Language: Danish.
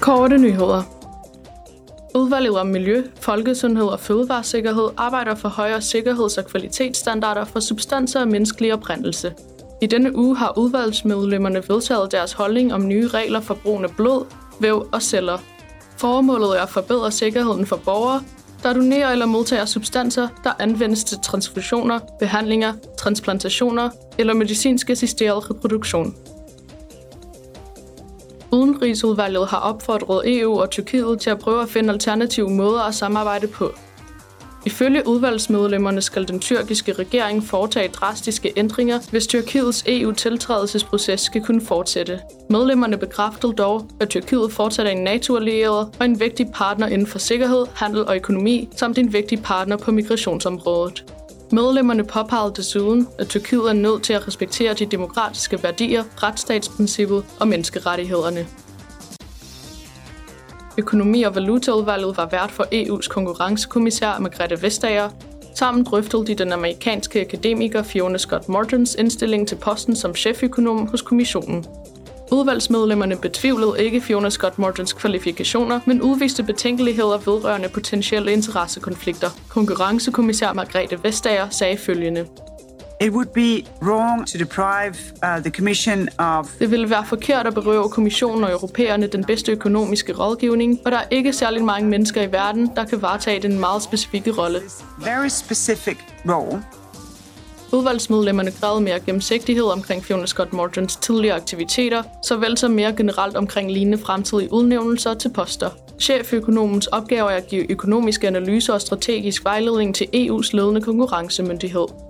Korte nyheder. Udvalget om miljø, folkesundhed og fødevaresikkerhed arbejder for højere sikkerheds- og kvalitetsstandarder for substanser af menneskelig oprindelse. I denne uge har udvalgsmedlemmerne vedtaget deres holdning om nye regler for brugen af blod, væv og celler. Formålet er at forbedre sikkerheden for borgere, der donerer eller modtager substanser, der anvendes til transfusioner, behandlinger, transplantationer eller medicinsk assisteret reproduktion. Udenrigsudvalget har opfordret EU og Tyrkiet til at prøve at finde alternative måder at samarbejde på. Ifølge udvalgsmedlemmerne skal den tyrkiske regering foretage drastiske ændringer, hvis Tyrkiets EU-tiltrædelsesproces skal kunne fortsætte. Medlemmerne bekræftede dog, at Tyrkiet fortsat er en NATO-allieret og en vigtig partner inden for sikkerhed, handel og økonomi, samt en vigtig partner på migrationsområdet. Medlemmerne påpegede desuden, at Tyrkiet er nødt til at respektere de demokratiske værdier, retsstatsprincippet og menneskerettighederne. Økonomi- og valutaudvalget var vært for EU's konkurrencekommissær Margrethe Vestager. Sammen drøftede de den amerikanske akademiker Fiona Scott Mortons indstilling til posten som cheføkonom hos kommissionen. Udvalgsmedlemmerne betvivlede ikke Fiona Scott Mortons kvalifikationer, men udviste betænkeligheder vedrørende potentielle interessekonflikter. Konkurrencekommissær Margrethe Vestager sagde følgende: It would be wrong to deprive the Commission of... Det ville være forkert at berøve kommissionen og europæerne den bedste økonomiske rådgivning, og der er ikke særlig mange mennesker i verden, der kan varetage den meget specifikke rolle. Very specific role. Udvalgsmedlemmerne krævede mere gennemsigtighed omkring Fiona Scott Mortons tidligere aktiviteter, såvel som mere generelt omkring lignende fremtidige udnævnelser til poster. Cheføkonomens opgave er at give økonomiske analyser og strategisk vejledning til EU's ledende konkurrencemyndighed.